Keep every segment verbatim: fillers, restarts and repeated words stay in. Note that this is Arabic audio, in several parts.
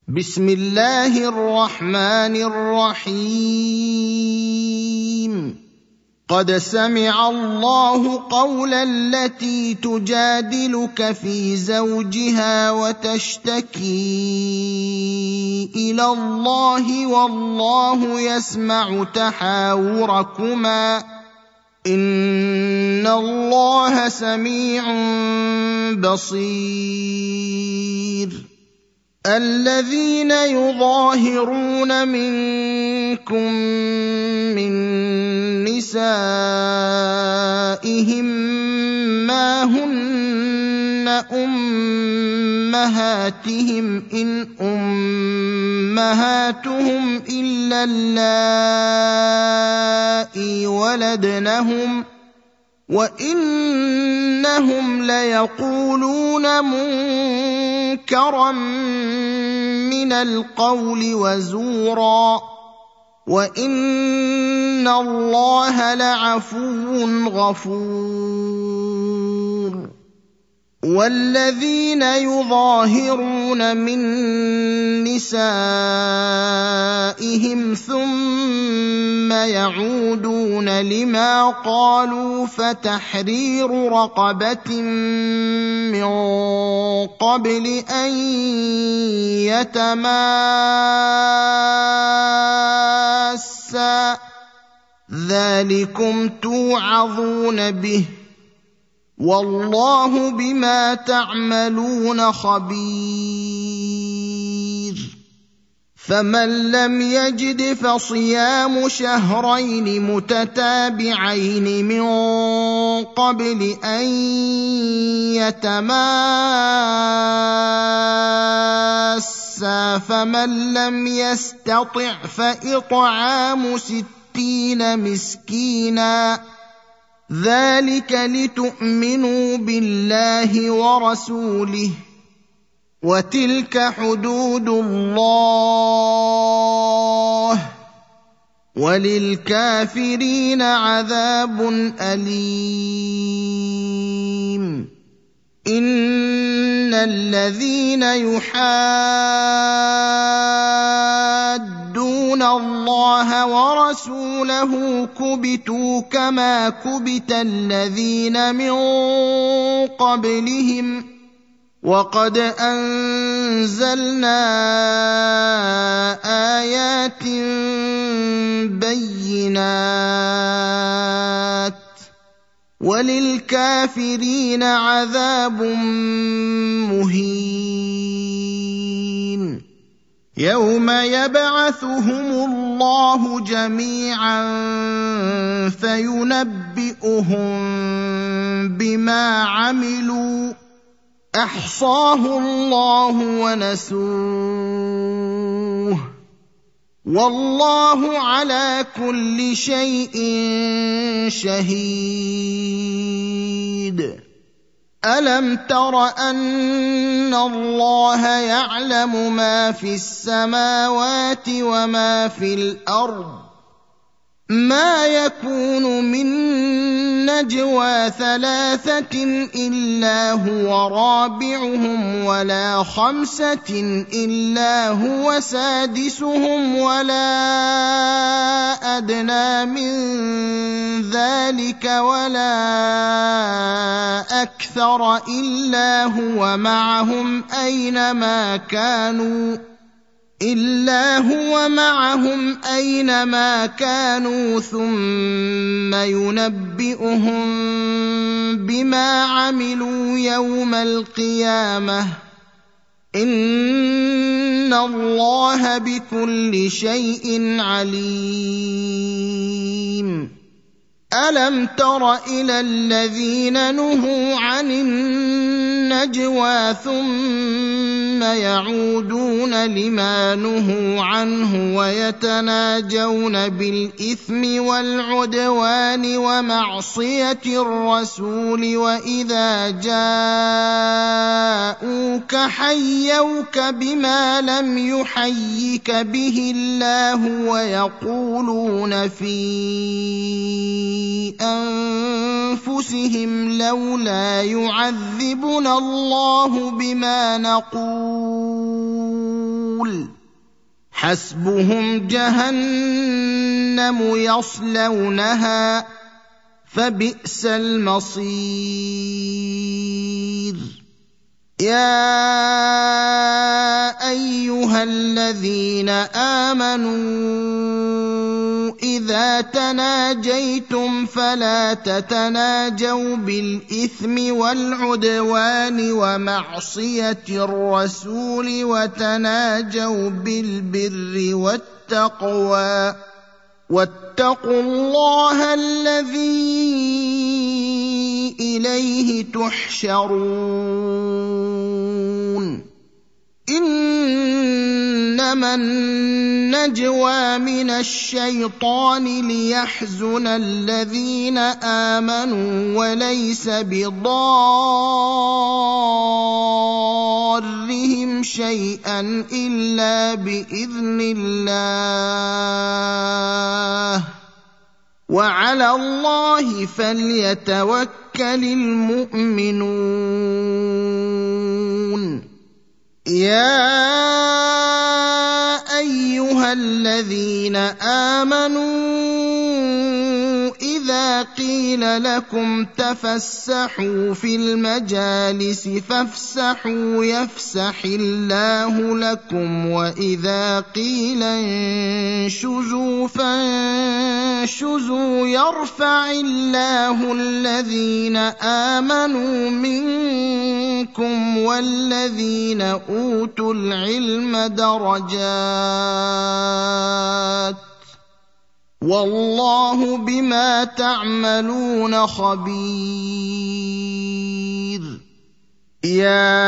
بسم الله الرحمن الرحيم. قد سمع الله قول التي تجادلك في زوجها وتشتكي إلى الله والله يسمع تحاوركما إن الله سميع بصير. الذين يظاهرون منكم من نسائهم ما هن أمهاتهم إن أمهاتهم إلا اللائي ولدنهم وإنهم ليقولون منكرا من القول وزورا وإن الله لعفو غفور. والذين يظاهرون من نسائهم ثم يعودون لما قالوا فتحرير رقبة من قبل أن يتماسا ذلكم توعظون به والله بما تعملون خبير. فمن لم يجد فصيام شهرين متتابعين من قبل أن يتماسا فمن لم يستطع فإطعام ستين مسكينا ذلك لتؤمنوا بالله ورسوله وتلك حدود الله وللكافرين عذاب أليم. إن الذين يحادون الله ورسوله كبتوا كما كبت الذين من قبلهم وقد أنزلنا آيات بينات وللكافرين عذاب مهين. يوم يبعثهم الله جميعا فينبئهم بما عملوا أحصاه الله ونسوه والله على كل شيء شهيد. ألم تر أن الله يعلم ما في السماوات وما في الأرض ما يكون من نجوى ثلاثة إلا هو رابعهم ولا خمسة إلا هو سادسهم ولا أدنى من ذلك ولا أكثر إلا هو معهم أينما كانوا إلا هو معهم أينما كانوا ثم ينبئهم بما عملوا يوم القيامة إن الله بكل شيء عليم. ألم تر إلى الذين نهوا عن النجوى ثم يعودون لما نهوا عنه ويتناجون بالإثم والعدوان ومعصية الرسول وإذا جاءوك حيوك بما لم يحيك به الله ويقولون في أنفسهم لولا يعذبنا الله بما نقول الرسول حسبهم جهنم يصلونها فبئس المصير يا ايها الذين امنوا اذا تناجيتم فلا تتناجوا بالاثم والعدوان ومعصيه الرسول وتناجوا بالبر والتقوى واتقوا الله الذي اليه تحشرون انما النجوى من الشيطان ليحزن الذين امنوا وليس بضارهم شيئا الا باذن الله وعلى الله فليتوكل المؤمنون يا ايها الذين امنوا اذا قيل لكم تفسحوا في المجالس فافسحوا يفسح الله لكم واذا قيل انشزوا فانشزوا يرفع الله الذين امنوا منكم والذين اوتوا العلم درجات والله بما تعملون خبير يا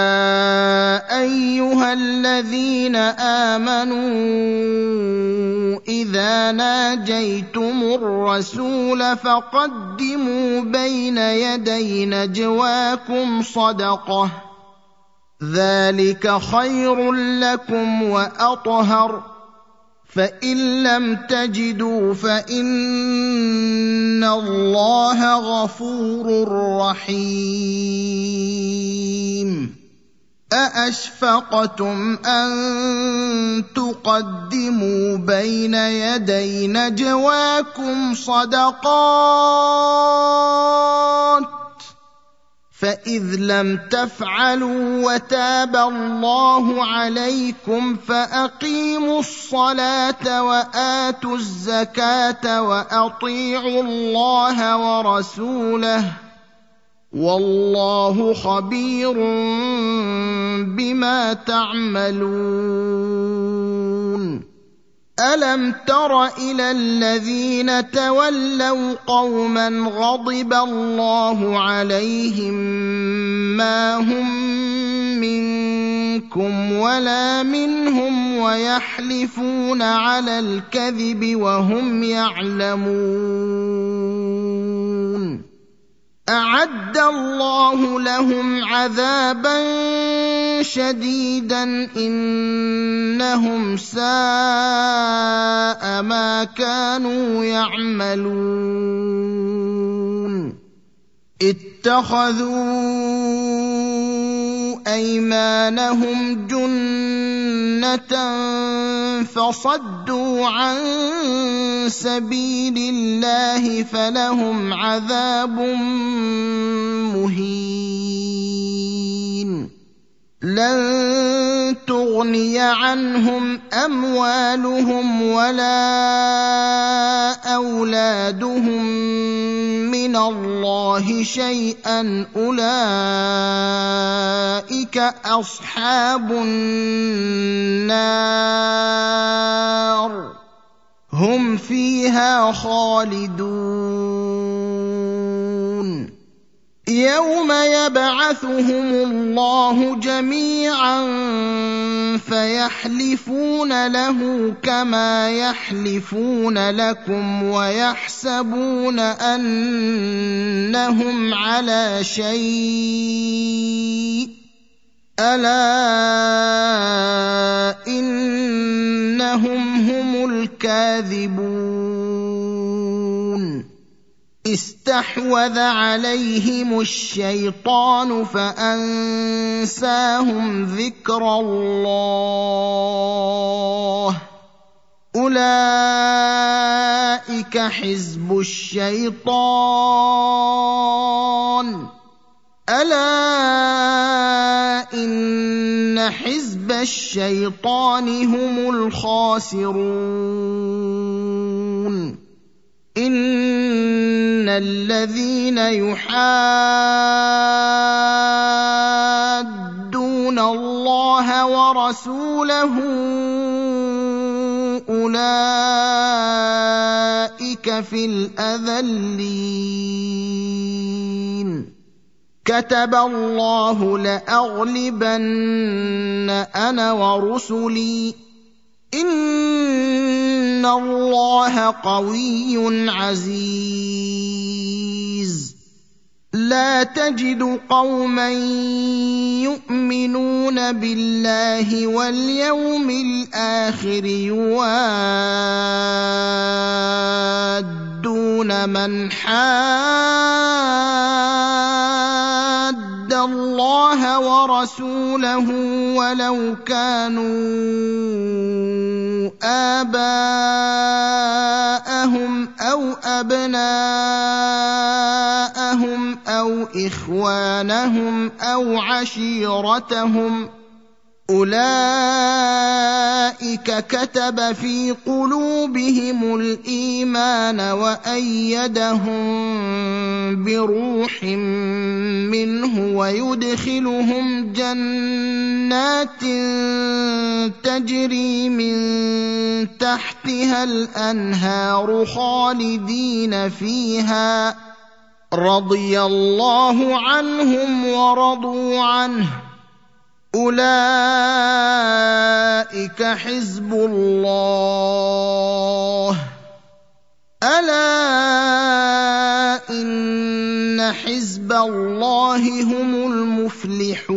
ايها الذين امنوا اذا ناجيتم الرسول فقدموا بين يدي نجواكم صدقه ذلك خير لكم واطهر فان لم تجدوا فان الله غفور رحيم ااشفقتم ان تقدموا بين يدي نجواكم صدقات فإذ لم تفعلوا وتاب الله عليكم فأقيموا الصلاة وآتوا الزكاة وأطيعوا الله ورسوله والله خبير بما تعملون ألم تر إلى الذين تولوا قوما غضب الله عليهم ما هم منكم ولا منهم ويحلفون على الكذب وهم يعلمون أعد الله لهم عذابا شديدا إنهم ساء ما كانوا يعملون اتخذوا أيمانهم جنة فصدوا عن سبيل الله فلهم عذاب مهين لن تغني عنهم أموالهم ولا أولادهم من الله شيئا أولئك أصحاب النار هم فيها خالدون يوم يبعثهم الله جميعا فيحلفون له كما يحلفون لكم ويحسبون أنهم على شيء ألا إنهم هم الكاذبون استحوذ عليهم الشيطان فأنساهم ذكر الله أولئك حزب الشيطان ألا إن حزب الشيطان هم الخاسرون إن الذين يحادون الله ورسوله أولئك في الأذلين كتب الله لأغلبن أنا ورسلي إن الله قوي عزيز لا تجد قوما يؤمنون بالله واليوم الآخر يوادون من حاد الله ورسوله ولو كانوا آباءهم أو أبناءهم أو إخوانهم أو عشيرتهم أولئك كتب في قلوبهم الإيمان وأيدهم بروح منه ويدخلهم جنات تجري من تحتها الأنهار خالدين فيها رضي الله عنهم ورضوا عنه أولئك حزب الله ألا إن حزب الله هم المفلحون